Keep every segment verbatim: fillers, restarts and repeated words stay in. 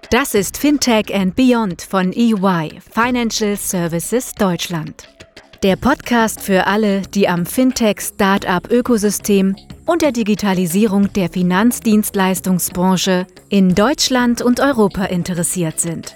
Das ist Fintech and Beyond von E Y, Financial Services Deutschland. Der Podcast für alle, die am Fintech-Startup-Ökosystem und der Digitalisierung der Finanzdienstleistungsbranche in Deutschland und Europa interessiert sind.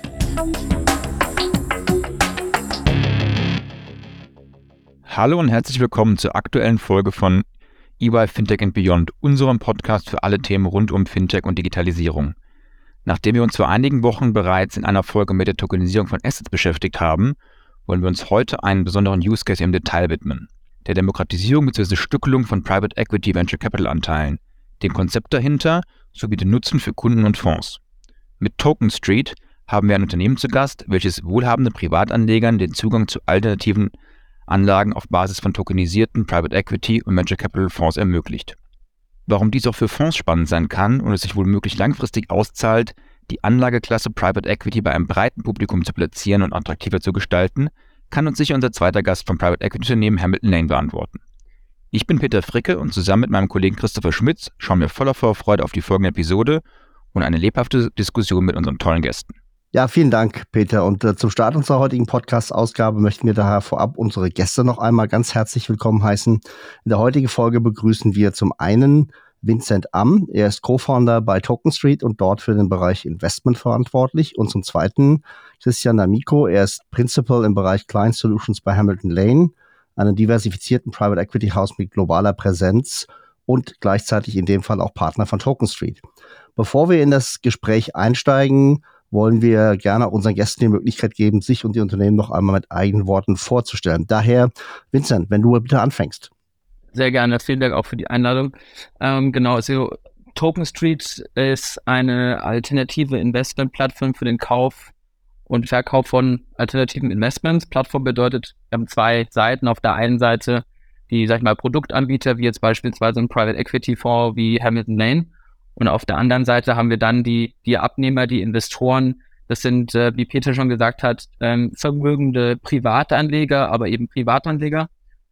Hallo und herzlich willkommen zur aktuellen Folge von E Y Fintech and Beyond, unserem Podcast für alle Themen rund um Fintech und Digitalisierung. Nachdem wir uns vor einigen Wochen bereits in einer Folge mit der Tokenisierung von Assets beschäftigt haben, wollen wir uns heute einen besonderen Use Case im Detail widmen, der Demokratisierung bzw. Stückelung von Private Equity Venture Capital Anteilen, dem Konzept dahinter sowie den Nutzen für Kunden und Fonds. Mit Token Street haben wir ein Unternehmen zu Gast, welches wohlhabenden Privatanlegern den Zugang zu alternativen Anlagen auf Basis von tokenisierten Private Equity und Venture Capital Fonds ermöglicht. Warum dies auch für Fonds spannend sein kann und es sich womöglich langfristig auszahlt, die Anlageklasse Private Equity bei einem breiten Publikum zu platzieren und attraktiver zu gestalten, kann uns sicher unser zweiter Gast vom Private Equity Unternehmen Hamilton Lane beantworten. Ich bin Peter Fricke und zusammen mit meinem Kollegen Christopher Schmitz schauen wir voller Vorfreude auf die folgende Episode und eine lebhafte Diskussion mit unseren tollen Gästen. Ja, vielen Dank, Peter. Und äh, zum Start unserer heutigen Podcast-Ausgabe möchten wir daher vorab unsere Gäste noch einmal ganz herzlich willkommen heißen. In der heutigen Folge begrüßen wir zum einen Vincent Am. Er ist Co-Founder bei Token Street und dort für den Bereich Investment verantwortlich. Und zum zweiten Christian D'Amico. Er ist Principal im Bereich Client Solutions bei Hamilton Lane, einem diversifizierten Private Equity House mit globaler Präsenz und gleichzeitig in dem Fall auch Partner von Token Street. Bevor wir in das Gespräch einsteigen, wollen wir gerne auch unseren Gästen die Möglichkeit geben, sich und die Unternehmen noch einmal mit eigenen Worten vorzustellen. Daher, Vincent, wenn du bitte anfängst. Sehr gerne, vielen Dank auch für die Einladung. Ähm, genau, also Token Street ist eine alternative Investmentplattform für den Kauf und Verkauf von alternativen Investments. Plattform bedeutet, wir haben zwei Seiten. Auf der einen Seite die, sag ich mal, Produktanbieter, wie jetzt beispielsweise ein Private Equity Fonds wie Hamilton Lane. Und auf der anderen Seite haben wir dann die, die Abnehmer, die Investoren. Das sind, äh, wie Peter schon gesagt hat, ähm, vermögende Privatanleger, aber eben Privatanleger.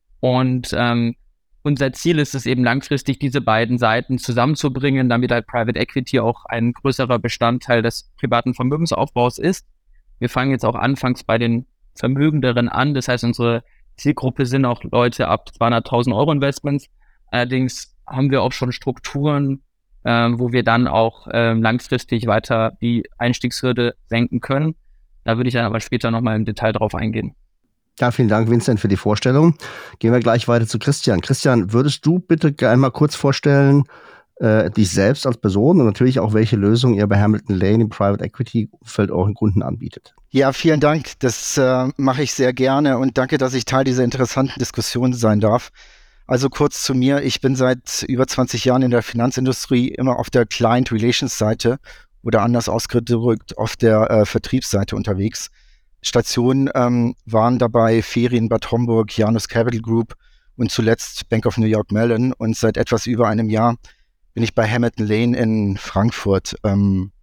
Und ähm, unser Ziel ist es eben langfristig, diese beiden Seiten zusammenzubringen, damit halt Private Equity auch ein größerer Bestandteil des privaten Vermögensaufbaus ist. Wir fangen jetzt auch anfangs bei den Vermögenderen an. Das heißt, unsere Zielgruppe sind auch Leute ab zweihunderttausend Euro Investments. Allerdings haben wir auch schon Strukturen, Ähm, wo wir dann auch ähm, langfristig weiter die Einstiegshürde senken können. Da würde ich dann aber später nochmal im Detail drauf eingehen. Ja, vielen Dank, Vincent, für die Vorstellung. Gehen wir gleich weiter zu Christian. Christian, würdest du bitte einmal kurz vorstellen, äh, dich selbst als Person und natürlich auch, welche Lösung ihr bei Hamilton Lane im Private Equity Feld euren Kunden anbietet? Ja, vielen Dank. Das äh, mache ich sehr gerne und danke, dass ich Teil dieser interessanten Diskussion sein darf. Also kurz zu mir, ich bin seit über zwanzig Jahren in der Finanzindustrie immer auf der Client-Relations-Seite oder anders ausgedrückt auf der äh, Vertriebsseite unterwegs. Stationen ähm, waren dabei Ferien Bad Homburg, Janus Capital Group und zuletzt Bank of New York Mellon. Und seit etwas über einem Jahr bin ich bei Hamilton Lane in Frankfurt. Ähm,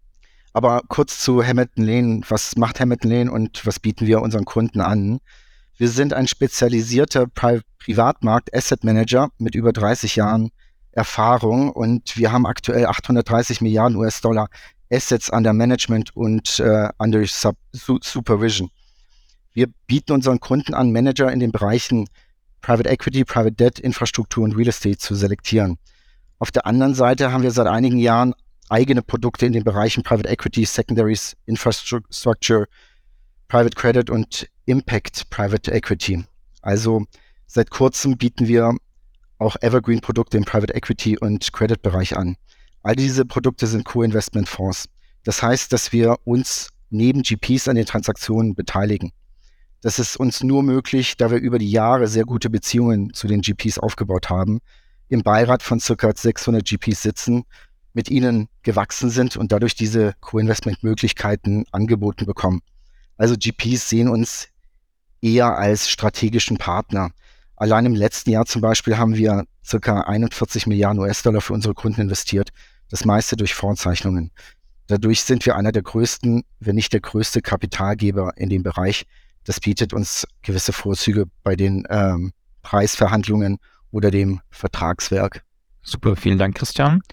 aber kurz zu Hamilton Lane. Was macht Hamilton Lane und was bieten wir unseren Kunden an? Wir sind ein spezialisierter Pri- Privatmarkt-Asset-Manager mit über dreißig Jahren Erfahrung und wir haben aktuell achthundertdreißig Milliarden U S-Dollar Assets under Management und äh, under Sub- Su- Supervision. Wir bieten unseren Kunden an, Manager in den Bereichen Private Equity, Private Debt, Infrastruktur und Real Estate zu selektieren. Auf der anderen Seite haben wir seit einigen Jahren eigene Produkte in den Bereichen Private Equity, Secondaries, Infrastructure, Private Credit und Impact Private Equity. Also seit kurzem bieten wir auch Evergreen-Produkte im Private Equity und Credit-Bereich an. All diese Produkte sind Co-Investment-Fonds. Das heißt, dass wir uns neben G Ps an den Transaktionen beteiligen. Das ist uns nur möglich, da wir über die Jahre sehr gute Beziehungen zu den G Ps aufgebaut haben, im Beirat von ca. sechshundert G Ps sitzen, mit ihnen gewachsen sind und dadurch diese Co-Investment-Möglichkeiten angeboten bekommen. Also G Ps sehen uns eher als strategischen Partner. Allein im letzten Jahr zum Beispiel haben wir ca. einundvierzig Milliarden U S-Dollar für unsere Kunden investiert, das meiste durch Fondszeichnungen. Dadurch sind wir einer der größten, wenn nicht der größte Kapitalgeber in dem Bereich. Das bietet uns gewisse Vorzüge bei den ähm, Preisverhandlungen oder dem Vertragswerk. Super, vielen Dank, Christian.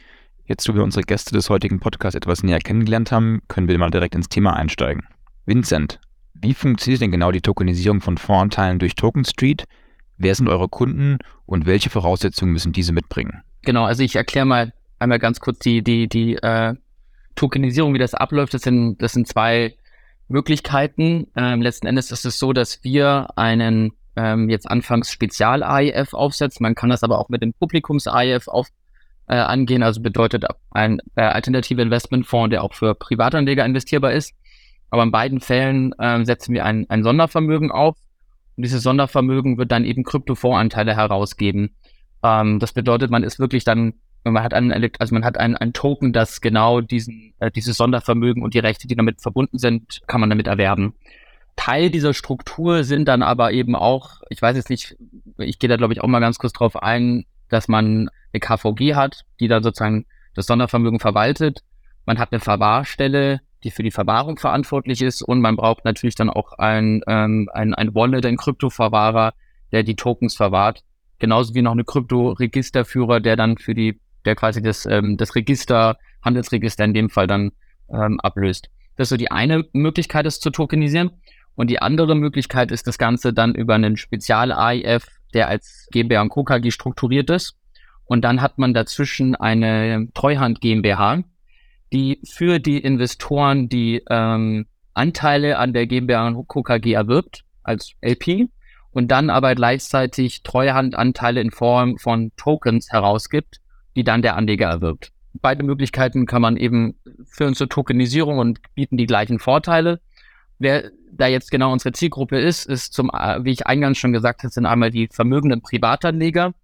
Jetzt, wo wir unsere Gäste des heutigen Podcasts etwas näher kennengelernt haben, können wir mal direkt ins Thema einsteigen. Vincent, wie funktioniert denn genau die Tokenisierung von Fondsanteilen durch Token Street? Wer sind eure Kunden und welche Voraussetzungen müssen diese mitbringen? Genau, also ich erkläre mal einmal ganz kurz die, die, die äh, Tokenisierung, wie das abläuft. Das sind, das sind zwei Möglichkeiten. Ähm, letzten Endes ist es so, dass wir einen ähm, jetzt anfangs Spezial-A I F aufsetzen. Man kann das aber auch mit dem Publikums-A I F auf, äh, angehen. Also bedeutet ein äh, alternativer Investmentfonds, der auch für Privatanleger investierbar ist. Aber in beiden Fällen äh, setzen wir ein, ein Sondervermögen auf. Und dieses Sondervermögen wird dann eben Kryptofondsanteile herausgeben. Ähm, das bedeutet, man ist wirklich dann, man hat einen, also man hat ein, ein Token, das genau diesen, äh, dieses Sondervermögen und die Rechte, die damit verbunden sind, kann man damit erwerben. Teil dieser Struktur sind dann aber eben auch, ich weiß jetzt nicht, ich gehe da glaube ich auch mal ganz kurz drauf ein, dass man eine K V G hat, die dann sozusagen das Sondervermögen verwaltet. Man hat eine Verwahrstelle, die für die Verwahrung verantwortlich ist, und man braucht natürlich dann auch ein, ähm, ein, ein Wallet, ein Kryptoverwahrer, der die Tokens verwahrt. Genauso wie noch eine Kryptoregisterführer, der dann für die, der quasi das, ähm, das Register, Handelsregister in dem Fall dann ähm, ablöst. Das ist so die eine Möglichkeit, das zu tokenisieren. Und die andere Möglichkeit ist das Ganze dann über einen Spezial-A I F, der als GmbH und Co. K G strukturiert ist. Und dann hat man dazwischen eine Treuhand GmbH, die für die Investoren die ähm, Anteile an der GmbH und Co. K G erwirbt als L P und dann aber gleichzeitig Treuhandanteile in Form von Tokens herausgibt, die dann der Anleger erwirbt. Beide Möglichkeiten kann man eben führen zur Tokenisierung und bieten die gleichen Vorteile. Wer da jetzt genau unsere Zielgruppe ist, ist zum, wie ich eingangs schon gesagt habe, sind einmal die vermögenden Privatanleger,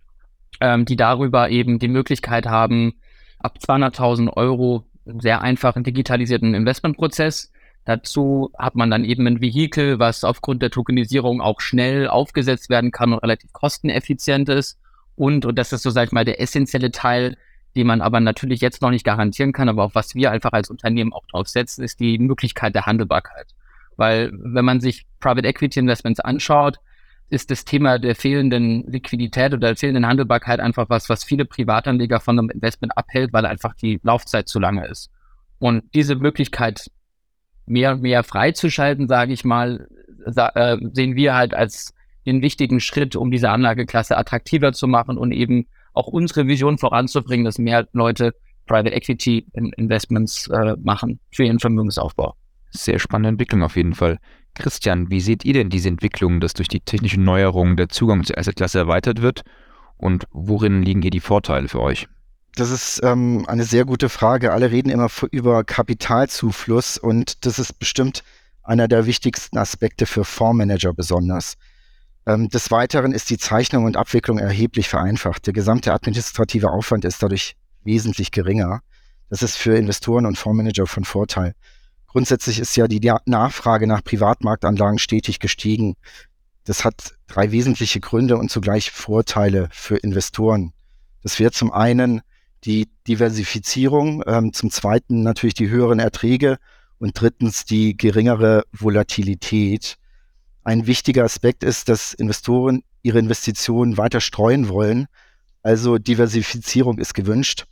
ähm, die darüber eben die Möglichkeit haben, ab zweihunderttausend Euro sehr einfachen digitalisierten Investmentprozess. Dazu hat man dann eben ein Vehikel, was aufgrund der Tokenisierung auch schnell aufgesetzt werden kann und relativ kosteneffizient ist. Und, und das ist so, sag ich mal, der essentielle Teil, den man aber natürlich jetzt noch nicht garantieren kann, aber auch was wir einfach als Unternehmen auch drauf setzen, ist die Möglichkeit der Handelbarkeit. Weil wenn man sich Private Equity Investments anschaut, ist das Thema der fehlenden Liquidität oder der fehlenden Handelbarkeit einfach was, was viele Privatanleger von einem Investment abhält, weil einfach die Laufzeit zu lange ist. Und diese Möglichkeit, mehr und mehr freizuschalten, sage ich mal, äh, sehen wir halt als den wichtigen Schritt, um diese Anlageklasse attraktiver zu machen und eben auch unsere Vision voranzubringen, dass mehr Leute Private Equity Investments äh, machen für ihren Vermögensaufbau. Sehr spannende Entwicklung auf jeden Fall. Christian, wie seht ihr denn diese Entwicklung, dass durch die technische Neuerung der Zugang zur Assetklasse erweitert wird, und worin liegen hier die Vorteile für euch? Das ist ähm, eine sehr gute Frage. Alle reden immer f- über Kapitalzufluss, und das ist bestimmt einer der wichtigsten Aspekte für Fondsmanager besonders. Ähm, des Weiteren ist die Zeichnung und Abwicklung erheblich vereinfacht. Der gesamte administrative Aufwand ist dadurch wesentlich geringer. Das ist für Investoren und Fondsmanager von Vorteil. Grundsätzlich ist ja die Nachfrage nach Privatmarktanlagen stetig gestiegen. Das hat drei wesentliche Gründe und zugleich Vorteile für Investoren. Das wäre zum einen die Diversifizierung, ähm, zum zweiten natürlich die höheren Erträge und drittens die geringere Volatilität. Ein wichtiger Aspekt ist, dass Investoren ihre Investitionen weiter streuen wollen. Also Diversifizierung ist gewünscht.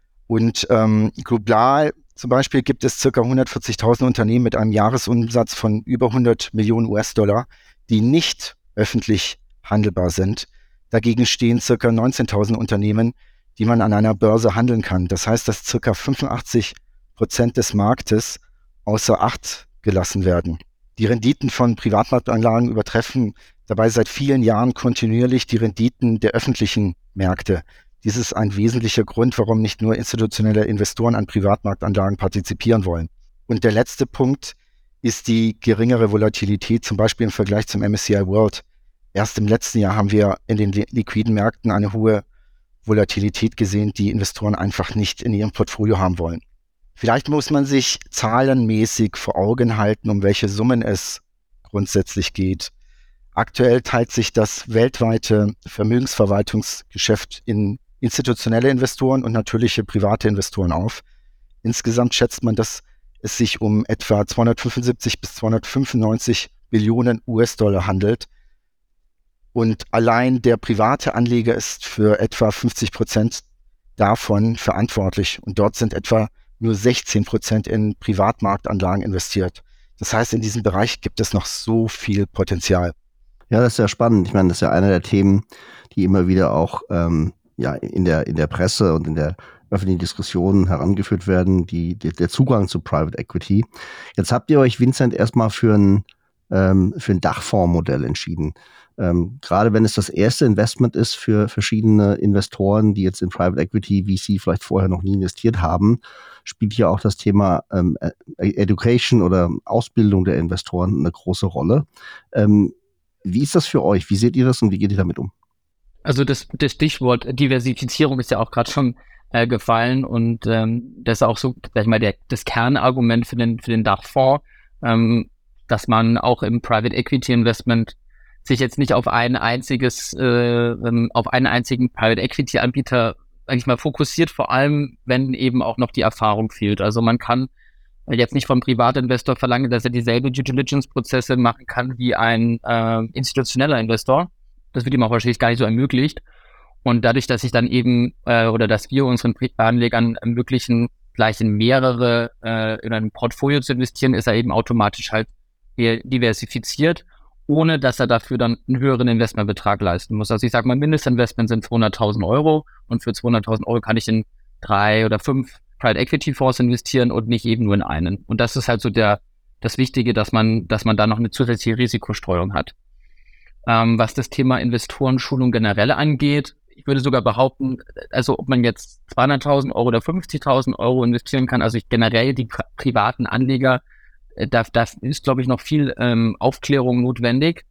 Und ähm, global zum Beispiel gibt es ca. hundertvierzigtausend Unternehmen mit einem Jahresumsatz von über hundert Millionen U S-Dollar, die nicht öffentlich handelbar sind. Dagegen stehen ca. neunzehntausend Unternehmen, die man an einer Börse handeln kann. Das heißt, dass ca. fünfundachtzig Prozent des Marktes außer Acht gelassen werden. Die Renditen von Privatmarktanlagen übertreffen dabei seit vielen Jahren kontinuierlich die Renditen der öffentlichen Märkte. Dies ist ein wesentlicher Grund, warum nicht nur institutionelle Investoren an Privatmarktanlagen partizipieren wollen. Und der letzte Punkt ist die geringere Volatilität, zum Beispiel im Vergleich zum M S C I World. Erst im letzten Jahr haben wir in den liquiden Märkten eine hohe Volatilität gesehen, die Investoren einfach nicht in ihrem Portfolio haben wollen. Vielleicht muss man sich zahlenmäßig vor Augen halten, um welche Summen es grundsätzlich geht. Aktuell teilt sich das weltweite Vermögensverwaltungsgeschäft in institutionelle Investoren und natürliche private Investoren auf. Insgesamt schätzt man, dass es sich um etwa zweihundertfünfundsiebzig bis zweihundertfünfundneunzig Billionen U S-Dollar handelt. Und allein der private Anleger ist für etwa fünfzig Prozent davon verantwortlich. Und dort sind etwa nur sechzehn Prozent in Privatmarktanlagen investiert. Das heißt, in diesem Bereich gibt es noch so viel Potenzial. Ja, das ist ja spannend. Ich meine, das ist ja einer der Themen, die immer wieder auch ähm, ja, in der, in der Presse und in der öffentlichen Diskussion herangeführt werden, die, die, der Zugang zu Private Equity. Jetzt habt ihr euch, Vincent, erstmal für ein, ähm, für ein Dachfondsmodell entschieden. Ähm, gerade wenn es das erste Investment ist für verschiedene Investoren, die jetzt in Private Equity, V C vielleicht vorher noch nie investiert haben, spielt hier auch das Thema ähm, Education oder Ausbildung der Investoren eine große Rolle. Ähm, wie ist das für euch? Wie seht ihr das und wie geht ihr damit um? Also das, das Stichwort Diversifizierung ist ja auch gerade schon äh, gefallen und ähm, das ist auch so, sag ich mal, der, das Kernargument für den, für den Dachfonds, ähm, dass man auch im Private Equity Investment sich jetzt nicht auf ein einziges, äh, auf einen einzigen Private Equity Anbieter, sag ich mal, fokussiert, vor allem, wenn eben auch noch die Erfahrung fehlt. Also man kann jetzt nicht vom Privatinvestor verlangen, dass er dieselbe Due Diligence Prozesse machen kann wie ein äh, institutioneller Investor. Das wird ihm auch wahrscheinlich gar nicht so ermöglicht. Und dadurch, dass ich dann eben, äh, oder dass wir unseren Anlegern ermöglichen, gleich in mehrere, äh, in ein Portfolio zu investieren, ist er eben automatisch halt diversifiziert, ohne dass er dafür dann einen höheren Investmentbetrag leisten muss. Also ich sage mal, Mindestinvestment sind zweihunderttausend Euro und für zweihunderttausend Euro kann ich in drei oder fünf Private Equity Fonds investieren und nicht eben nur in einen. Und das ist halt so der, das Wichtige, dass man, dass man da noch eine zusätzliche Risikostreuung hat. Ähm, was das Thema Investorenschulung generell angeht, ich würde sogar behaupten, also ob man jetzt zweihunderttausend Euro oder fünfzigtausend Euro investieren kann, also ich generell die pri- privaten Anleger, Da, da ist, glaube ich, noch viel ähm, Aufklärung notwendig.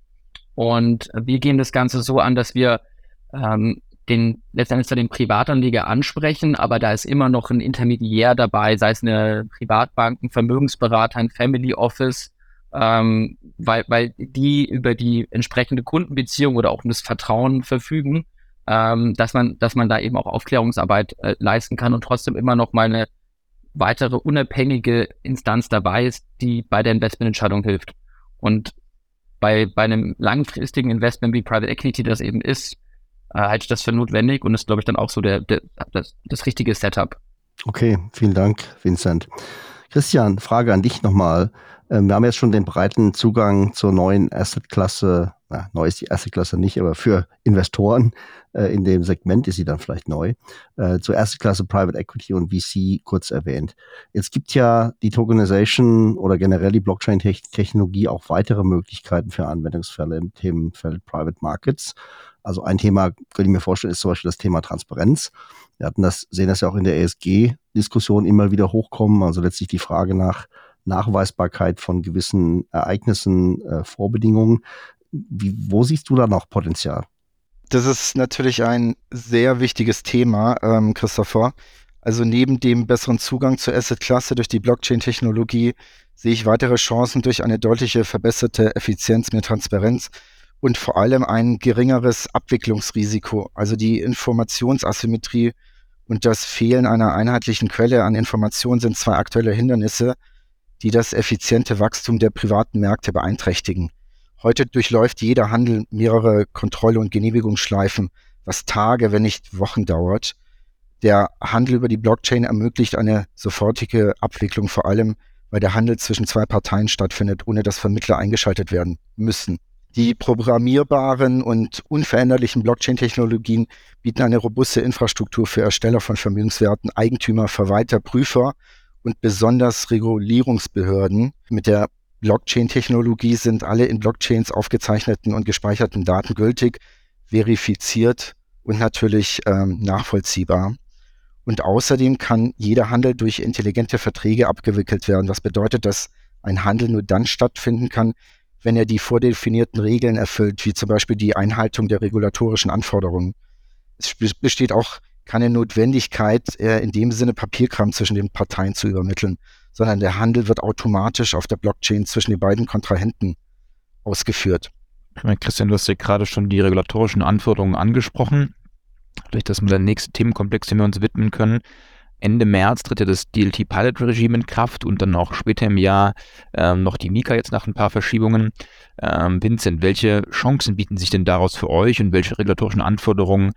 Und wir gehen das Ganze so an, dass wir ähm, den letztendlich den Privatanleger ansprechen, aber da ist immer noch ein Intermediär dabei, sei es eine Privatbank, ein Vermögensberater, ein Family Office, ähm, weil, weil die über die entsprechende Kundenbeziehung oder auch um das Vertrauen verfügen, ähm, dass man, dass man da eben auch Aufklärungsarbeit äh, leisten kann und trotzdem immer noch mal eine weitere unabhängige Instanz dabei ist, die bei der Investmententscheidung hilft. Und bei, bei einem langfristigen Investment wie Private Equity das eben ist, äh, halte ich das für notwendig und ist, glaube ich, dann auch so der, der, das, das richtige Setup. Okay, vielen Dank, Vincent. Christian, Frage an dich nochmal. Ähm, wir haben jetzt schon den breiten Zugang zur neuen Assetklasse. Na, neu ist die Assetklasse nicht, aber für Investoren äh, in dem Segment ist sie dann vielleicht neu. Äh, zur Assetklasse Private Equity und V C kurz erwähnt. Jetzt gibt ja die Tokenization oder generell die Blockchain-Technologie auch weitere Möglichkeiten für Anwendungsfälle im Themenfeld Private Markets. Also ein Thema, könnte ich mir vorstellen, ist zum Beispiel das Thema Transparenz. Wir hatten das, sehen das ja auch in der E S G-Diskussion immer wieder hochkommen. Also letztlich die Frage nach Nachweisbarkeit von gewissen Ereignissen, äh, Vorbedingungen. Wie, wo siehst du da noch Potenzial? Das ist natürlich ein sehr wichtiges Thema, ähm, Christopher. Also neben dem besseren Zugang zur Assetklasse durch die Blockchain-Technologie sehe ich weitere Chancen durch eine deutliche verbesserte Effizienz, mehr Transparenz und vor allem ein geringeres Abwicklungsrisiko. Also die Informationsasymmetrie und das Fehlen einer einheitlichen Quelle an Informationen sind zwei aktuelle Hindernisse, die das effiziente Wachstum der privaten Märkte beeinträchtigen. Heute durchläuft jeder Handel mehrere Kontrolle- und Genehmigungsschleifen, was Tage, wenn nicht Wochen dauert. Der Handel über die Blockchain ermöglicht eine sofortige Abwicklung, vor allem weil der Handel zwischen zwei Parteien stattfindet, ohne dass Vermittler eingeschaltet werden müssen. Die programmierbaren und unveränderlichen Blockchain-Technologien bieten eine robuste Infrastruktur für Ersteller von Vermögenswerten, Eigentümer, Verwalter, Prüfer und besonders Regulierungsbehörden. Mit der Blockchain-Technologie sind alle in Blockchains aufgezeichneten und gespeicherten Daten gültig, verifiziert und natürlich ähm, nachvollziehbar. Und außerdem kann jeder Handel durch intelligente Verträge abgewickelt werden. Was bedeutet, dass ein Handel nur dann stattfinden kann, wenn er die vordefinierten Regeln erfüllt, wie zum Beispiel die Einhaltung der regulatorischen Anforderungen. Es besteht auch keine Notwendigkeit, äh, in dem Sinne Papierkram zwischen den Parteien zu übermitteln, sondern der Handel wird automatisch auf der Blockchain zwischen den beiden Kontrahenten ausgeführt. Christian, du hast ja gerade schon die regulatorischen Anforderungen angesprochen. Vielleicht das ist der nächste Themenkomplex, dem wir uns widmen können. Ende März tritt ja das D L T-Pilot-Regime in Kraft und dann auch später im Jahr ähm, noch die Mika jetzt nach ein paar Verschiebungen. Ähm, Vincent, welche Chancen bieten sich denn daraus für euch und welche regulatorischen Anforderungen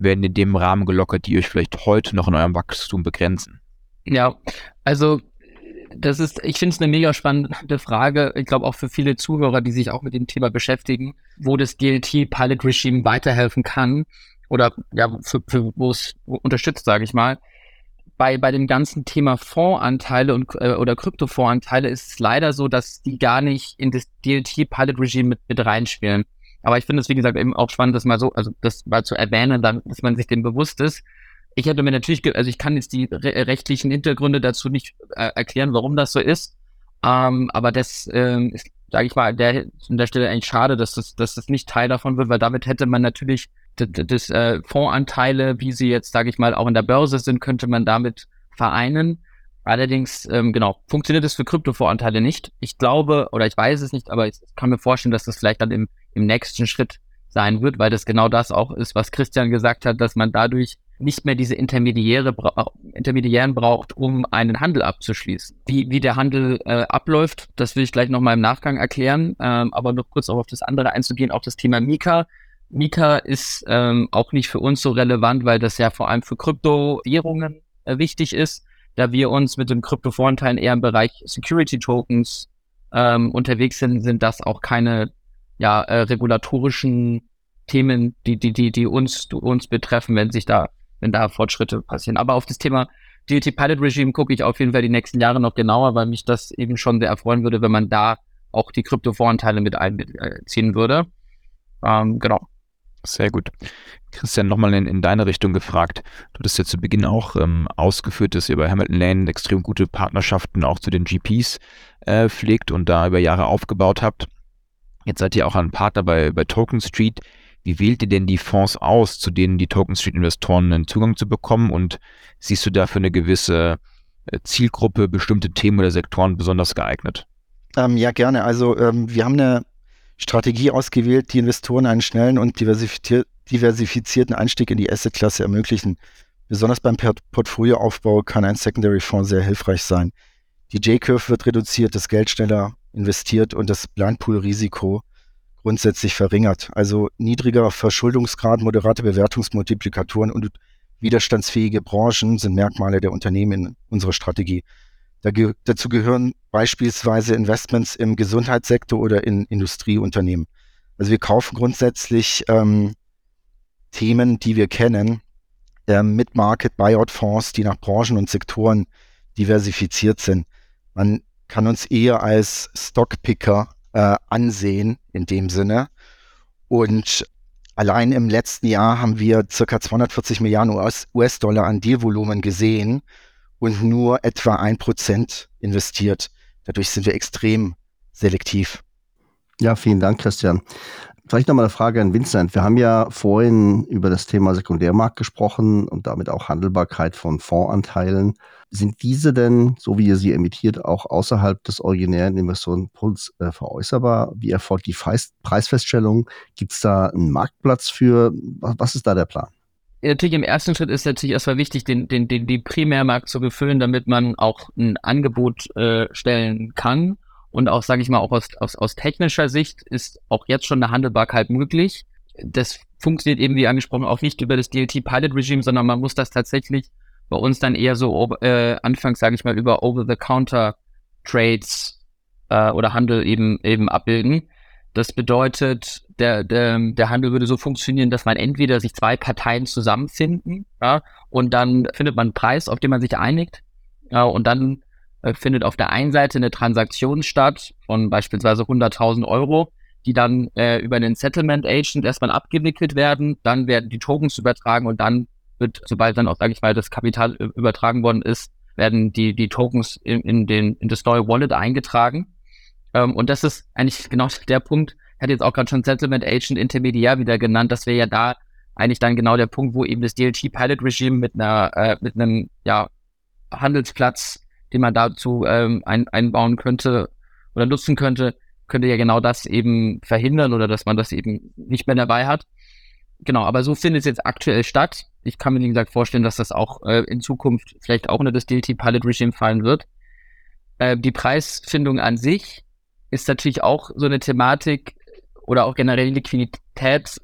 werden in dem Rahmen gelockert, die euch vielleicht heute noch in eurem Wachstum begrenzen? Ja, also das ist, ich finde es eine mega spannende Frage. Ich glaube auch für viele Zuhörer, die sich auch mit dem Thema beschäftigen, wo das D L T Pilot Regime weiterhelfen kann oder ja, für, für, wo es unterstützt, sage ich mal. Bei, bei dem ganzen Thema Fondsanteile und äh, oder Kryptofondsanteile ist es leider so, dass die gar nicht in das D L T Pilot Regime mit, mit reinspielen. Aber ich finde es, wie gesagt, eben auch spannend, das mal so, also das mal zu erwähnen, damit, dass man sich dem bewusst ist. Ich hätte mir natürlich, ge- also ich kann jetzt die re- rechtlichen Hintergründe dazu nicht äh, erklären, warum das so ist. Ähm, aber das ähm, ist, sage ich mal, der, an der Stelle eigentlich schade, dass das, dass das nicht Teil davon wird, weil damit hätte man natürlich das, das äh, Fondsanteile, wie sie jetzt, sage ich mal, auch in der Börse sind, könnte man damit vereinen. Allerdings, ähm, genau, funktioniert das für Kryptovoranteile nicht. Ich glaube, oder ich weiß es nicht, aber ich kann mir vorstellen, dass das vielleicht dann im, im nächsten Schritt sein wird, weil das genau das auch ist, was Christian gesagt hat, dass man dadurch nicht mehr diese Intermediäre bra- Intermediären braucht, um einen Handel abzuschließen. Wie, wie der Handel äh, abläuft, das will ich gleich nochmal im Nachgang erklären, ähm, aber noch kurz auch auf das andere einzugehen, auch das Thema Mika. Mika ist ähm, auch nicht für uns so relevant, weil das ja vor allem für Kryptowährungen äh, wichtig ist, da wir uns mit dem Kryptovorteilen eher im Bereich Security Tokens ähm, unterwegs sind, sind das auch keine ja, äh, regulatorischen Themen, die, die, die, die uns, die uns betreffen, wenn sich da, wenn da Fortschritte passieren. Aber auf das Thema D L T Pilot Regime gucke ich auf jeden Fall die nächsten Jahre noch genauer, weil mich das eben schon sehr erfreuen würde, wenn man da auch die Kryptovoranteile mit einbeziehen würde. Ähm, genau. Sehr gut. Christian, nochmal in, in deine Richtung gefragt. Du hattest ja zu Beginn auch ähm, ausgeführt, dass ihr bei Hamilton Lane extrem gute Partnerschaften auch zu den G Ps äh, pflegt und da über Jahre aufgebaut habt. Jetzt seid ihr auch ein Partner bei, bei Token Street. Wie wählt ihr denn die Fonds aus, zu denen die Token Street Investoren einen Zugang zu bekommen? Und siehst du da für eine gewisse äh, Zielgruppe bestimmte Themen oder Sektoren besonders geeignet? Ähm, ja, gerne. Also ähm, wir haben eine Strategie ausgewählt, die Investoren einen schnellen und diversifizier- diversifizierten Einstieg in die Assetklasse ermöglichen. Besonders beim Port- Portfolioaufbau kann ein Secondary-Fonds sehr hilfreich sein. Die J-Curve wird reduziert, das Geld schneller investiert und das Blindpool-Risiko grundsätzlich verringert. Also niedriger Verschuldungsgrad, moderate Bewertungsmultiplikatoren und widerstandsfähige Branchen sind Merkmale der Unternehmen in unserer Strategie. Da ge- dazu gehören beispielsweise Investments im Gesundheitssektor oder in Industrieunternehmen. Also wir kaufen grundsätzlich ähm, Themen, die wir kennen, ähm, mit Market-Buyout-Fonds, die nach Branchen und Sektoren diversifiziert sind. Man kann uns eher als Stockpicker äh, ansehen in dem Sinne. Und allein im letzten Jahr haben wir ca. zweihundertvierzig Milliarden U S-Dollar an Dealvolumen gesehen und nur etwa ein Prozent investiert. Dadurch sind wir extrem selektiv. Ja, vielen Dank, Christian. Vielleicht nochmal eine Frage an Vincent. Wir haben ja vorhin über das Thema Sekundärmarkt gesprochen und damit auch Handelbarkeit von Fondsanteilen. Sind diese denn, so wie ihr sie emittiert, auch außerhalb des originären Investorenpools äh, veräußerbar? Wie erfolgt die Preis- Preisfeststellung? Gibt es da einen Marktplatz für? Was, was ist da der Plan? Natürlich im ersten Schritt ist natürlich erstmal wichtig, den, den, den, den Primärmarkt zu befüllen, damit man auch ein Angebot äh, stellen kann. Und auch, sage ich mal, auch aus, aus, aus technischer Sicht ist auch jetzt schon eine Handelbarkeit möglich. Das funktioniert eben, wie angesprochen, auch nicht über das D L T Pilot Regime, sondern man muss das tatsächlich bei uns dann eher so äh, anfangs, sage ich mal, über Over-the-Counter-Trades äh, oder Handel eben eben abbilden. Das bedeutet, der, der, der Handel würde so funktionieren, dass man entweder sich zwei Parteien zusammenfinden, ja, und dann findet man einen Preis, auf den man sich einigt, ja, und dann äh, findet auf der einen Seite eine Transaktion statt von beispielsweise hunderttausend Euro, die dann äh, über einen Settlement Agent erstmal abgewickelt werden, dann werden die Tokens übertragen und dann wird, sobald dann auch, sage ich mal, das Kapital übertragen worden ist, werden die, die Tokens in, in, den, in das neue Wallet eingetragen. Um, und das ist eigentlich genau der Punkt, ich hatte jetzt auch gerade schon Settlement Agent Intermediär wieder genannt, das wäre ja da eigentlich dann genau der Punkt, wo eben das D L T Pilot Regime mit einer äh, mit einem ja, Handelsplatz, den man dazu ähm, ein, einbauen könnte oder nutzen könnte, könnte ja genau das eben verhindern oder dass man das eben nicht mehr dabei hat. Genau, aber so findet es jetzt aktuell statt. Ich kann mir, wie gesagt, vorstellen, dass das auch äh, in Zukunft vielleicht auch unter das D L T Pilot Regime fallen wird. Äh, die Preisfindung an sich ist natürlich auch so eine Thematik oder auch generell Liquidität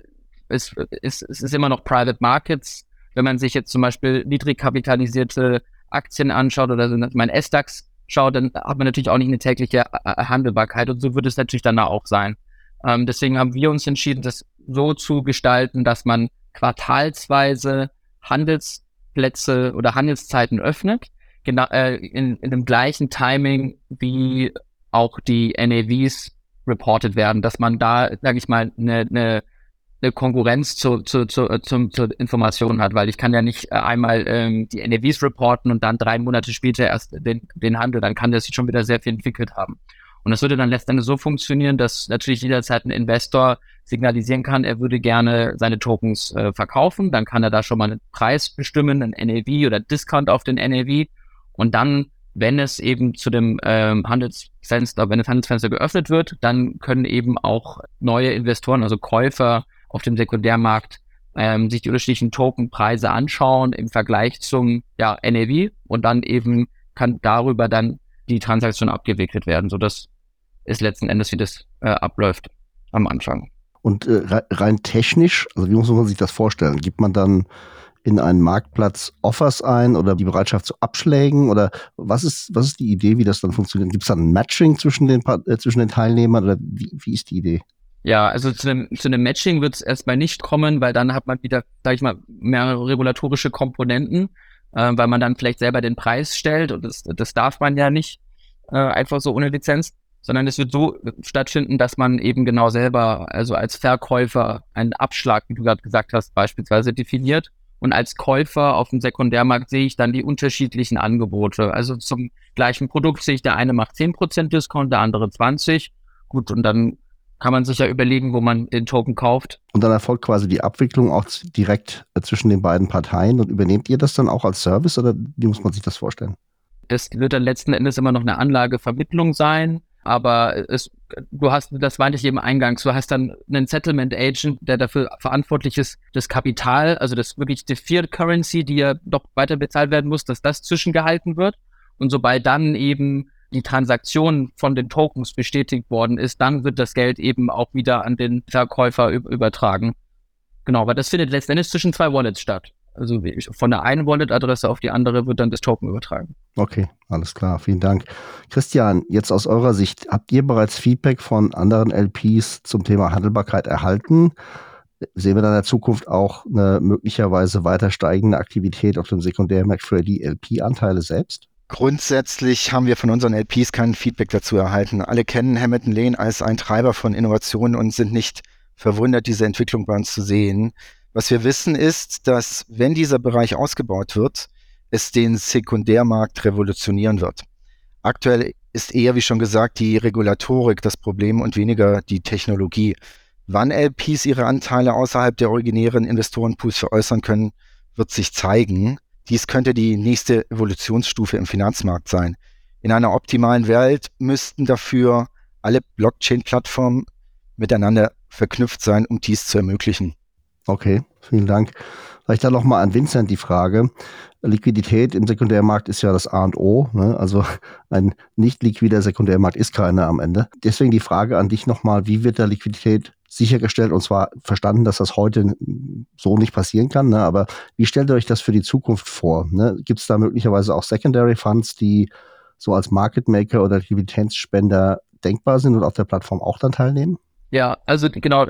es, es, es ist immer noch Private Markets. Wenn man sich jetzt zum Beispiel niedrig kapitalisierte Aktien anschaut oder so, mein S DAX schaut, dann hat man natürlich auch nicht eine tägliche Handelbarkeit und so wird es natürlich dann auch sein. Ähm, deswegen haben wir uns entschieden, das so zu gestalten, dass man quartalsweise Handelsplätze oder Handelszeiten öffnet, genau äh, in, in dem gleichen Timing, wie auch die N A Vs reported werden, dass man da, sage ich mal, eine, eine, eine Konkurrenz zu, zu, zu, zu, zur Information hat, weil ich kann ja nicht einmal ähm, die N A Vs reporten und dann drei Monate später erst den, den Handel, dann kann der sich schon wieder sehr viel entwickelt haben. Und das würde dann letztendlich so funktionieren, dass natürlich jederzeit ein Investor signalisieren kann, er würde gerne seine Tokens äh, verkaufen, dann kann er da schon mal einen Preis bestimmen, einen N A V oder Discount auf den N A V und dann, wenn es eben zu dem ähm, Handelsfenster, wenn das Handelsfenster geöffnet wird, dann können eben auch neue Investoren, also Käufer auf dem Sekundärmarkt, ähm, sich die unterschiedlichen Tokenpreise anschauen im Vergleich zum ja, N A V und dann eben kann darüber dann die Transaktion abgewickelt werden. So das ist letzten Endes, wie das äh, abläuft am Anfang. Und äh, rein technisch, also wie muss man sich das vorstellen? Gibt man dann in einen Marktplatz Offers ein oder die Bereitschaft zu Abschlägen oder was ist, was ist die Idee, wie das dann funktioniert? Gibt es dann ein Matching zwischen den, äh, zwischen den Teilnehmern oder wie, wie ist die Idee? Ja, also zu einem, zu einem Matching wird es erstmal nicht kommen, weil dann hat man wieder, sag ich mal, mehr regulatorische Komponenten, äh, weil man dann vielleicht selber den Preis stellt und das, das darf man ja nicht äh, einfach so ohne Lizenz, sondern es wird so stattfinden, dass man eben genau selber, also als Verkäufer einen Abschlag, wie du gerade gesagt hast, beispielsweise definiert und als Käufer auf dem Sekundärmarkt sehe ich dann die unterschiedlichen Angebote. Also zum gleichen Produkt sehe ich, der eine macht zehn Prozent Discount, der andere zwanzig. Gut, und dann kann man sich ja überlegen, wo man den Token kauft. Und dann erfolgt quasi die Abwicklung auch direkt äh, zwischen den beiden Parteien. Und übernehmt ihr das dann auch als Service oder wie muss man sich das vorstellen? Das wird dann letzten Endes immer noch eine Anlagevermittlung sein. Aber es, du hast, das meinte ich eben eingangs, du hast dann einen Settlement Agent, der dafür verantwortlich ist, das Kapital, also das wirklich die Fiat Currency, die ja doch weiter bezahlt werden muss, dass das zwischengehalten wird. Und sobald dann eben die Transaktion von den Tokens bestätigt worden ist, dann wird das Geld eben auch wieder an den Verkäufer übertragen. Genau, weil das findet letzten Endes zwischen zwei Wallets statt. Also von der einen Wallet-Adresse auf die andere wird dann das Token übertragen. Okay, alles klar, vielen Dank. Christian, jetzt aus eurer Sicht, habt ihr bereits Feedback von anderen L Ps zum Thema Handelbarkeit erhalten? Sehen wir dann in der Zukunft auch eine möglicherweise weiter steigende Aktivität auf dem Sekundärmarkt für die L P-Anteile selbst? Grundsätzlich haben wir von unseren L Ps kein Feedback dazu erhalten. Alle kennen Hamilton Lane als ein Treiber von Innovationen und sind nicht verwundert, diese Entwicklung bei uns zu sehen. Was wir wissen ist, dass wenn dieser Bereich ausgebaut wird, es den Sekundärmarkt revolutionieren wird. Aktuell ist eher, wie schon gesagt, die Regulatorik das Problem und weniger die Technologie. Wann L Ps ihre Anteile außerhalb der originären Investorenpools veräußern können, wird sich zeigen. Dies könnte die nächste Evolutionsstufe im Finanzmarkt sein. In einer optimalen Welt müssten dafür alle Blockchain-Plattformen miteinander verknüpft sein, um dies zu ermöglichen. Okay, vielen Dank. Vielleicht dann nochmal an Vincent die Frage. Liquidität im Sekundärmarkt ist ja das A und O. Ne? Also ein nicht liquider Sekundärmarkt ist keiner am Ende. Deswegen die Frage an dich nochmal, wie wird da Liquidität sichergestellt? Und zwar verstanden, dass das heute so nicht passieren kann. Ne? Aber wie stellt ihr euch das für die Zukunft vor? Ne? Gibt es da möglicherweise auch Secondary Funds, die so als Market Maker oder Liquiditätsspender denkbar sind und auf der Plattform auch dann teilnehmen? Ja, also genau,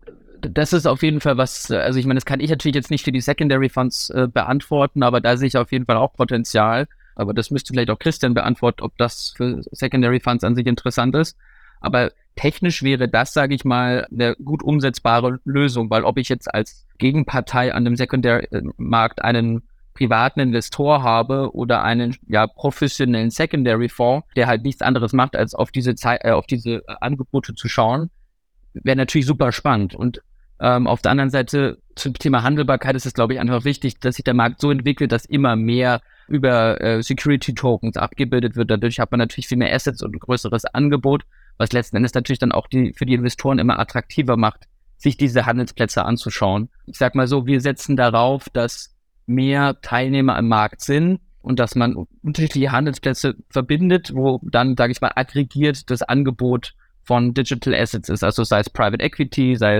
das ist auf jeden Fall was, also ich meine, das kann ich natürlich jetzt nicht für die Secondary Funds äh, beantworten, aber da sehe ich auf jeden Fall auch Potenzial. Aber das müsste vielleicht auch Christian beantworten, ob das für Secondary Funds an sich interessant ist. Aber technisch wäre das, sage ich mal, eine gut umsetzbare Lösung, weil ob ich jetzt als Gegenpartei an dem Secondary-Markt einen privaten Investor habe oder einen ja professionellen Secondary-Fonds, der halt nichts anderes macht, als auf diese Zeit, äh, auf diese Angebote zu schauen, wäre natürlich super spannend. Und ähm, auf der anderen Seite zum Thema Handelbarkeit ist es, glaube ich, einfach wichtig, dass sich der Markt so entwickelt, dass immer mehr über äh, Security-Tokens abgebildet wird. Dadurch hat man natürlich viel mehr Assets und ein größeres Angebot, was letzten Endes natürlich dann auch die für die Investoren immer attraktiver macht, sich diese Handelsplätze anzuschauen. Ich sag mal so, wir setzen darauf, dass mehr Teilnehmer am Markt sind und dass man unterschiedliche Handelsplätze verbindet, wo dann, sage ich mal, aggregiert das Angebot von Digital Assets ist, also sei es Private Equity, sei es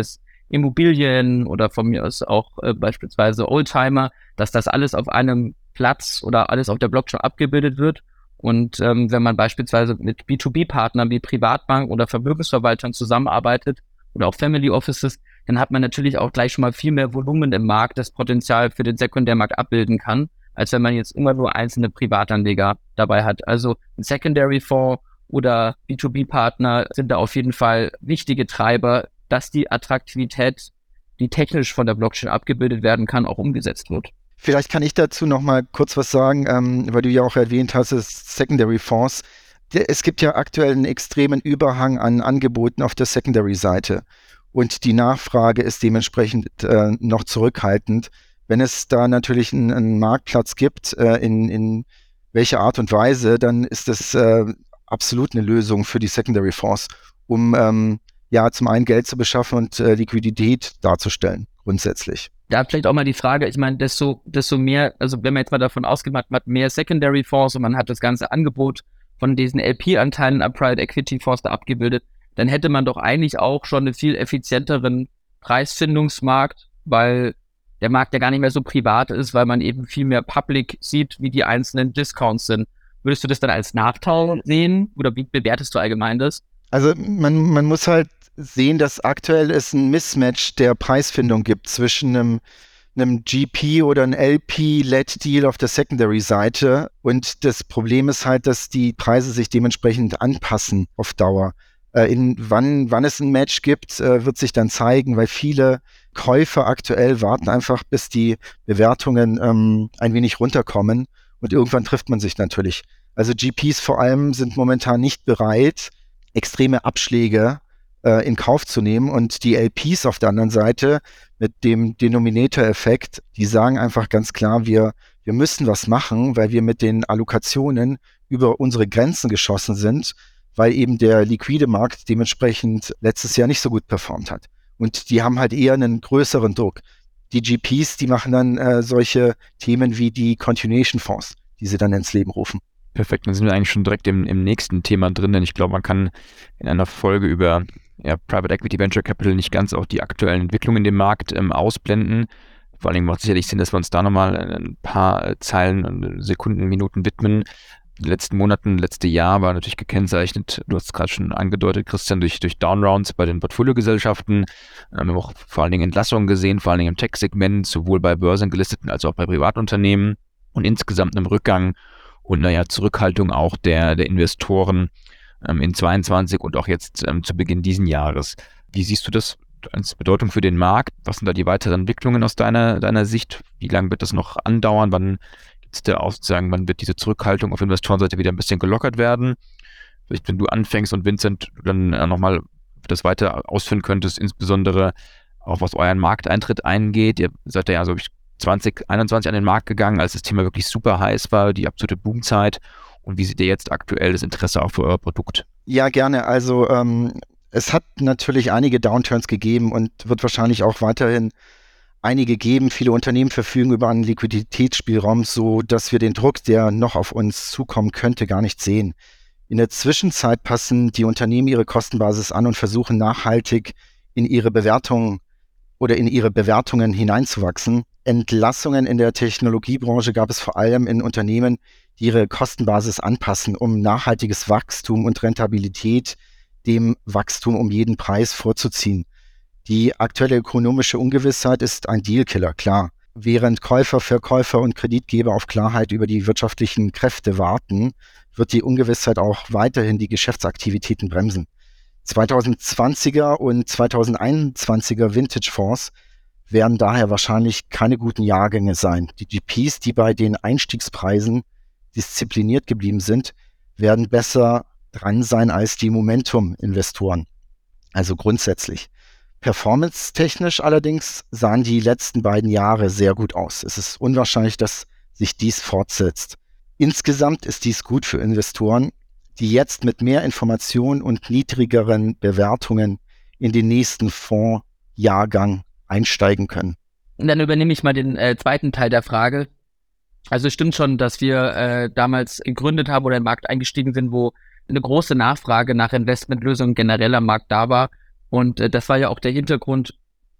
Immobilien oder von mir aus auch äh, beispielsweise Oldtimer, dass das alles auf einem Platz oder alles auf der Blockchain abgebildet wird. Und ähm, wenn man beispielsweise mit B zwei B-Partnern wie Privatbanken oder Vermögensverwaltern zusammenarbeitet oder auch Family Offices, dann hat man natürlich auch gleich schon mal viel mehr Volumen im Markt, das Potenzial für den Sekundärmarkt abbilden kann, als wenn man jetzt immer nur einzelne Privatanleger dabei hat. Also ein Secondary Fonds oder B zwei B-Partner sind da auf jeden Fall wichtige Treiber, dass die Attraktivität, die technisch von der Blockchain abgebildet werden kann, auch umgesetzt wird. Vielleicht kann ich dazu noch mal kurz was sagen, ähm, weil du ja auch erwähnt hast, Secondary Fonds. Es gibt ja aktuell einen extremen Überhang an Angeboten auf der Secondary-Seite und die Nachfrage ist dementsprechend äh, noch zurückhaltend. Wenn es da natürlich einen, einen Marktplatz gibt, äh, in, in welcher Art und Weise, dann ist das äh, absolut eine Lösung für die Secondary Fonds, um ähm, ja zum einen Geld zu beschaffen und äh, Liquidität darzustellen, grundsätzlich. Da vielleicht auch mal die Frage, ich meine, desto, desto mehr, also wenn man jetzt mal davon ausgeht, man hat mehr Secondary Fonds und man hat das ganze Angebot von diesen L P-Anteilen an Private Equity Fonds da abgebildet, dann hätte man doch eigentlich auch schon einen viel effizienteren Preisfindungsmarkt, weil der Markt ja gar nicht mehr so privat ist, weil man eben viel mehr public sieht, wie die einzelnen Discounts sind. Würdest du das dann als Nachteil sehen oder wie bewertest du allgemein das? Also man, man muss halt sehen, dass aktuell es ein Mismatch der Preisfindung gibt zwischen einem, einem G P oder einem L P-Led-Deal auf der Secondary-Seite und das Problem ist halt, dass die Preise sich dementsprechend anpassen auf Dauer. Äh, in wann, wann es ein Match gibt, äh, wird sich dann zeigen, weil viele Käufer aktuell warten einfach, bis die Bewertungen ähm, ein wenig runterkommen und irgendwann trifft man sich natürlich. Also G Ps vor allem sind momentan nicht bereit, extreme Abschläge äh, in Kauf zu nehmen und die L Ps auf der anderen Seite mit dem Denominator-Effekt, die sagen einfach ganz klar, wir, wir müssen was machen, weil wir mit den Allokationen über unsere Grenzen geschossen sind, weil eben der liquide Markt dementsprechend letztes Jahr nicht so gut performt hat. Und die haben halt eher einen größeren Druck. Die G Ps, die machen dann äh, solche Themen wie die Continuation Fonds, die sie dann ins Leben rufen. Perfekt, dann sind wir eigentlich schon direkt im, im nächsten Thema drin, denn ich glaube, man kann in einer Folge über ja, Private Equity Venture Capital nicht ganz auch die aktuellen Entwicklungen in dem Markt ähm, ausblenden. Vor allen Dingen macht es sicherlich Sinn, dass wir uns da nochmal ein paar Zeilen, Sekunden, Minuten widmen. In den letzten Monaten, letzte Jahr war natürlich gekennzeichnet, du hast es gerade schon angedeutet, Christian, durch, durch Downrounds bei den Portfoliogesellschaften. Wir haben auch vor allen Dingen Entlassungen gesehen, vor allen Dingen im Tech-Segment, sowohl bei börsengelisteten als auch bei Privatunternehmen und insgesamt einem Rückgang und naja, Zurückhaltung auch der, der Investoren ähm, in zweiundzwanzig und auch jetzt ähm, zu Beginn diesen Jahres. Wie siehst du das als Bedeutung für den Markt? Was sind da die weiteren Entwicklungen aus deiner, deiner Sicht? Wie lange wird das noch andauern? Wann gibt es da auch sozusagen, wann wird diese Zurückhaltung auf Investorenseite wieder ein bisschen gelockert werden? Vielleicht, wenn du anfängst und Vincent, du dann äh, nochmal das weiter ausführen könntest, insbesondere auch was euren Markteintritt eingeht. Ihr seid ja, so ich zwanzig einundzwanzig an den Markt gegangen, als das Thema wirklich super heiß war, die absolute Boomzeit. Und wie seht ihr jetzt aktuell das Interesse auch für euer Produkt? Ja, gerne. Also ähm, es hat natürlich einige Downturns gegeben und wird wahrscheinlich auch weiterhin einige geben. Viele Unternehmen verfügen über einen Liquiditätsspielraum, so dass wir den Druck, der noch auf uns zukommen könnte, gar nicht sehen. In der Zwischenzeit passen die Unternehmen ihre Kostenbasis an und versuchen nachhaltig in ihre Bewertungen oder in ihre Bewertungen hineinzuwachsen. Entlassungen in der Technologiebranche gab es vor allem in Unternehmen, die ihre Kostenbasis anpassen, um nachhaltiges Wachstum und Rentabilität dem Wachstum um jeden Preis vorzuziehen. Die aktuelle ökonomische Ungewissheit ist ein Dealkiller, klar. Während Käufer, Verkäufer und Kreditgeber auf Klarheit über die wirtschaftlichen Kräfte warten, wird die Ungewissheit auch weiterhin die Geschäftsaktivitäten bremsen. zwanzig zwanziger und zwanzig einundzwanziger Vintage-Fonds werden daher wahrscheinlich keine guten Jahrgänge sein. Die G Ps, die bei den Einstiegspreisen diszipliniert geblieben sind, werden besser dran sein als die Momentum-Investoren. Also grundsätzlich. Performance-technisch allerdings sahen die letzten beiden Jahre sehr gut aus. Es ist unwahrscheinlich, dass sich dies fortsetzt. Insgesamt ist dies gut für Investoren, die jetzt mit mehr Informationen und niedrigeren Bewertungen in den nächsten Fondsjahrgang einsteigen können. Und dann übernehme ich mal den äh, zweiten Teil der Frage. Also es stimmt schon, dass wir äh, damals gegründet haben oder in den Markt eingestiegen sind, wo eine große Nachfrage nach Investmentlösungen generell am Markt da war. Und äh, das war ja auch der Hintergrund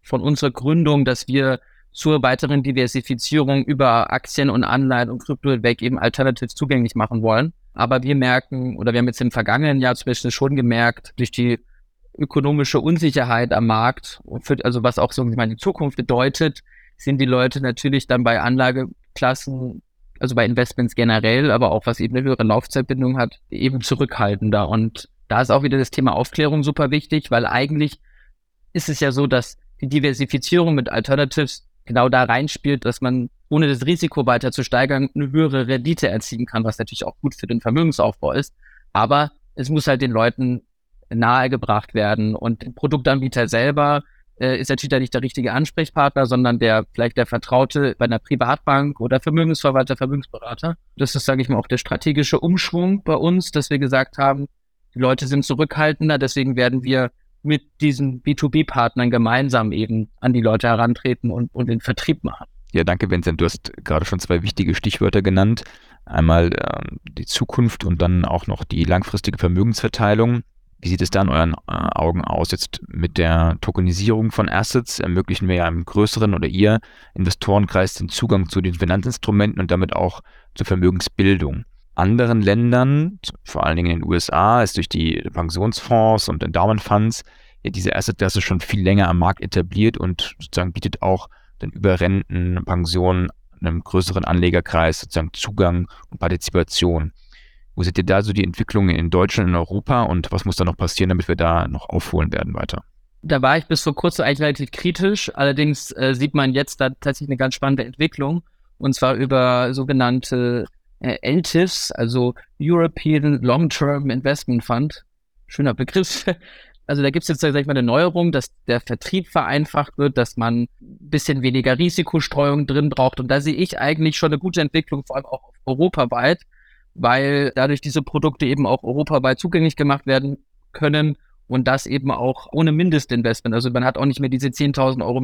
von unserer Gründung, dass wir zur weiteren Diversifizierung über Aktien und Anleihen und Krypto hinweg eben Alternatives zugänglich machen wollen. Aber wir merken, oder wir haben jetzt im vergangenen Jahr zum Beispiel schon gemerkt, durch die ökonomische Unsicherheit am Markt, für, also was auch so ich meine, die Zukunft bedeutet, sind die Leute natürlich dann bei Anlageklassen, also bei Investments generell, aber auch was eben eine höhere Laufzeitbindung hat, eben zurückhaltender. Und da ist auch wieder das Thema Aufklärung super wichtig, weil eigentlich ist es ja so, dass die Diversifizierung mit Alternatives genau da reinspielt, dass man, ohne das Risiko weiter zu steigern, eine höhere Rendite erzielen kann, was natürlich auch gut für den Vermögensaufbau ist. Aber es muss halt den Leuten nahegebracht werden. Und der Produktanbieter selber äh, ist natürlich da nicht der richtige Ansprechpartner, sondern der vielleicht der Vertraute bei einer Privatbank oder Vermögensverwalter, Vermögensberater. Das ist, sage ich mal, auch der strategische Umschwung bei uns, dass wir gesagt haben, die Leute sind zurückhaltender, deswegen werden wir mit diesen B zwei B-Partnern gemeinsam eben an die Leute herantreten und, und den Vertrieb machen. Ja, danke, Vincent. Du hast gerade schon zwei wichtige Stichwörter genannt. Einmal ähm, die Zukunft und dann auch noch die langfristige Vermögensverteilung. Wie sieht es da in euren äh, Augen aus jetzt mit der Tokenisierung von Assets? Ermöglichen wir ja einem größeren oder ihr Investorenkreis den Zugang zu den Finanzinstrumenten und damit auch zur Vermögensbildung. Anderen Ländern, vor allen Dingen in den U S A, ist durch die Pensionsfonds und Endowment Funds ja diese Assetklasse schon viel länger am Markt etabliert und sozusagen bietet auch dann über Renten, Pensionen einem größeren Anlegerkreis sozusagen Zugang und Partizipation. Wo seht ihr da so die Entwicklungen in Deutschland und in Europa und was muss da noch passieren, damit wir da noch aufholen werden weiter? Da war ich bis vor kurzem eigentlich relativ kritisch. Allerdings äh, sieht man jetzt da tatsächlich eine ganz spannende Entwicklung. Und zwar über sogenannte äh, L T I Fs, also European Long-Term Investment Fund. Schöner Begriff. Also da gibt es jetzt, sag ich mal, eine Neuerung, dass der Vertrieb vereinfacht wird, dass man ein bisschen weniger Risikostreuung drin braucht. Und da sehe ich eigentlich schon eine gute Entwicklung, vor allem auch europaweit, weil dadurch diese Produkte eben auch europaweit zugänglich gemacht werden können und das eben auch ohne Mindestinvestment. Also man hat auch nicht mehr diese zehntausend Euro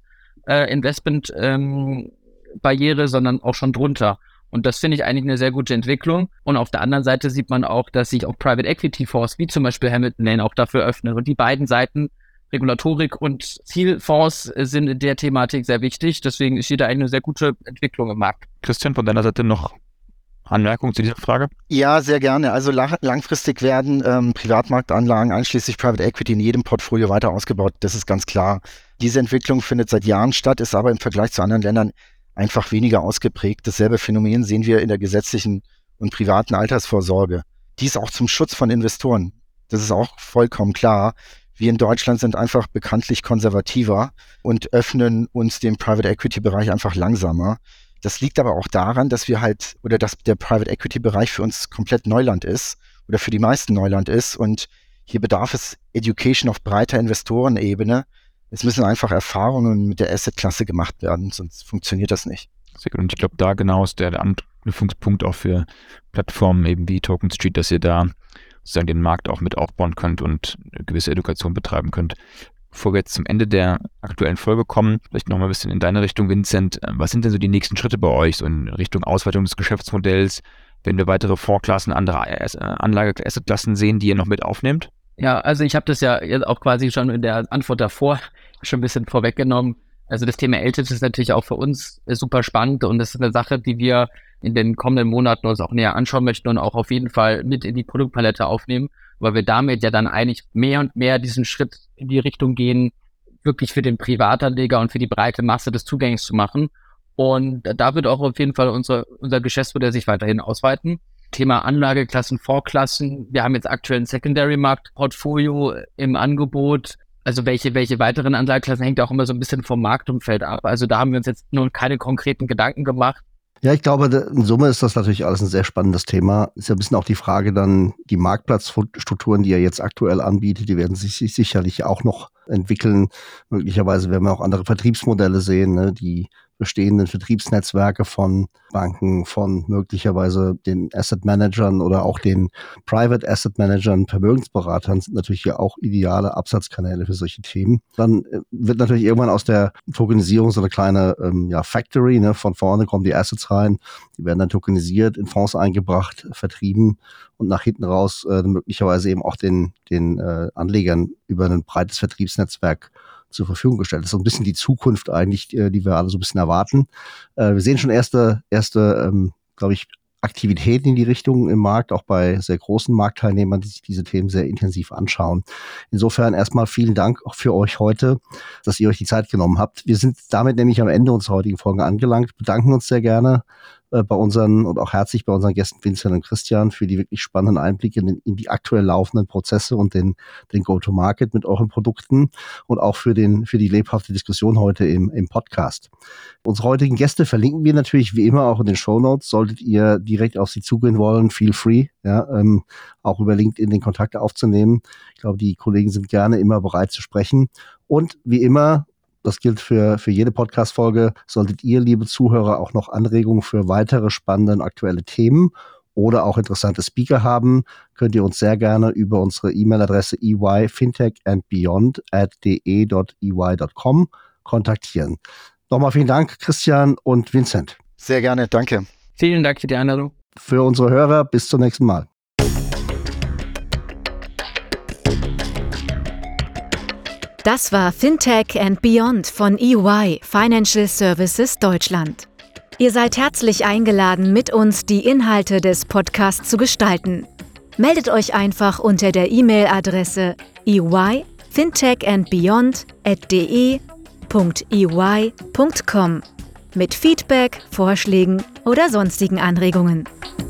Mindest-Investment-Barriere, ähm, sondern auch schon drunter. Und das finde ich eigentlich eine sehr gute Entwicklung. Und auf der anderen Seite sieht man auch, dass sich auch Private Equity Fonds, wie zum Beispiel Hamilton Lane, auch dafür öffnen. Und die beiden Seiten, Regulatorik und Zielfonds, sind in der Thematik sehr wichtig. Deswegen ist hier da eine sehr gute Entwicklung im Markt. Christian, von deiner Seite noch Anmerkung zu dieser Frage? Ja, sehr gerne. Also lang, langfristig werden ähm, Privatmarktanlagen einschließlich Private Equity in jedem Portfolio weiter ausgebaut. Das ist ganz klar. Diese Entwicklung findet seit Jahren statt, ist aber im Vergleich zu anderen Ländern einfach weniger ausgeprägt. Dasselbe Phänomen sehen wir in der gesetzlichen und privaten Altersvorsorge. Dies auch zum Schutz von Investoren. Das ist auch vollkommen klar. Wir in Deutschland sind einfach bekanntlich konservativer und öffnen uns dem Private Equity Bereich einfach langsamer. Das liegt aber auch daran, dass wir halt, oder dass der Private Equity Bereich für uns komplett Neuland ist oder für die meisten Neuland ist und hier bedarf es Education auf breiter Investorenebene. Es müssen einfach Erfahrungen mit der Assetklasse gemacht werden, sonst funktioniert das nicht. Sehr gut. Und ich glaube, da genau ist der Anknüpfungspunkt auch für Plattformen eben wie Token Street, dass ihr da sozusagen den Markt auch mit aufbauen könnt und eine gewisse Education betreiben könnt. Bevor wir jetzt zum Ende der aktuellen Folge kommen, vielleicht noch mal ein bisschen in deine Richtung, Vincent. Was sind denn so die nächsten Schritte bei euch, so in Richtung Ausweitung des Geschäftsmodells, wenn wir weitere Fondsklassen, andere Anlage-Assetklassen sehen, die ihr noch mit aufnehmt? Ja, also ich habe das ja jetzt auch quasi schon in der Antwort davor schon ein bisschen vorweggenommen. Also das Thema L T I Fs ist natürlich auch für uns super spannend und das ist eine Sache, die wir in den kommenden Monaten uns auch näher anschauen möchten und auch auf jeden Fall mit in die Produktpalette aufnehmen, weil wir damit ja dann eigentlich mehr und mehr diesen Schritt in die Richtung gehen, wirklich für den Privatanleger und für die breite Masse das zugänglich zu machen. Und da wird auch auf jeden Fall unser, unser Geschäftsmodell sich weiterhin ausweiten. Thema Anlageklassen, Vorklassen. Wir haben jetzt aktuell ein Secondary-Markt-Portfolio im Angebot. Also welche, welche weiteren Anlageklassen hängt auch immer so ein bisschen vom Marktumfeld ab. Also da haben wir uns jetzt nur keine konkreten Gedanken gemacht. Ja, ich glaube, in Summe ist das natürlich alles ein sehr spannendes Thema. Ist ja ein bisschen auch die Frage dann, die Marktplatzstrukturen, die er jetzt aktuell anbietet, die werden sich sicherlich auch noch entwickeln. Möglicherweise werden wir auch andere Vertriebsmodelle sehen, ne, die bestehenden Vertriebsnetzwerke von Banken, von möglicherweise den Asset Managern oder auch den Private Asset Managern, Vermögensberatern sind natürlich ja auch ideale Absatzkanäle für solche Themen. Dann wird natürlich irgendwann aus der Tokenisierung so eine kleine ähm, ja, Factory, ne? Von vorne kommen die Assets rein, die werden dann tokenisiert, in Fonds eingebracht, vertrieben und nach hinten raus äh, möglicherweise eben auch den, den äh, Anlegern über ein breites Vertriebsnetzwerk zur Verfügung gestellt. Das ist so ein bisschen die Zukunft eigentlich, äh, die wir alle so ein bisschen erwarten. Äh, wir sehen schon erste, erste, ähm, glaube ich, Aktivitäten in die Richtung im Markt, auch bei sehr großen Marktteilnehmern, die sich diese Themen sehr intensiv anschauen. Insofern erstmal vielen Dank auch für euch heute, dass ihr euch die Zeit genommen habt. Wir sind damit nämlich am Ende unserer heutigen Folge angelangt, bedanken uns sehr gerne äh, bei unseren und auch herzlich bei unseren Gästen Vincent und Christian für die wirklich spannenden Einblicke in, in die aktuell laufenden Prozesse und den, den Go-to-Market mit euren Produkten und auch für, den, für die lebhafte Diskussion heute im, im Podcast. Unsere heutigen Gäste verlinken wir natürlich wie immer auch in den Shownotes. Solltet ihr direkt auf sie zugehen wollen, feel free, ja, ähm, auch über LinkedIn den Kontakt aufzunehmen. Ich glaube, die Kollegen sind gerne immer bereit zu sprechen. Und wie immer, das gilt für, für jede Podcast-Folge, solltet ihr, liebe Zuhörer, auch noch Anregungen für weitere spannende und aktuelle Themen oder auch interessante Speaker haben, könnt ihr uns sehr gerne über unsere E-Mail-Adresse e y fintech and beyond at d e dot e y dot com kontaktieren. Nochmal vielen Dank, Christian und Vincent. Sehr gerne, danke. Vielen Dank für die Einladung. Für unsere Hörer, bis zum nächsten Mal. Das war Fintech and Beyond von E Y Financial Services Deutschland. Ihr seid herzlich eingeladen, mit uns die Inhalte des Podcasts zu gestalten. Meldet euch einfach unter der E-Mail-Adresse e y fintech and beyond at d e punkt e y punkt com mit Feedback, Vorschlägen oder sonstigen Anregungen.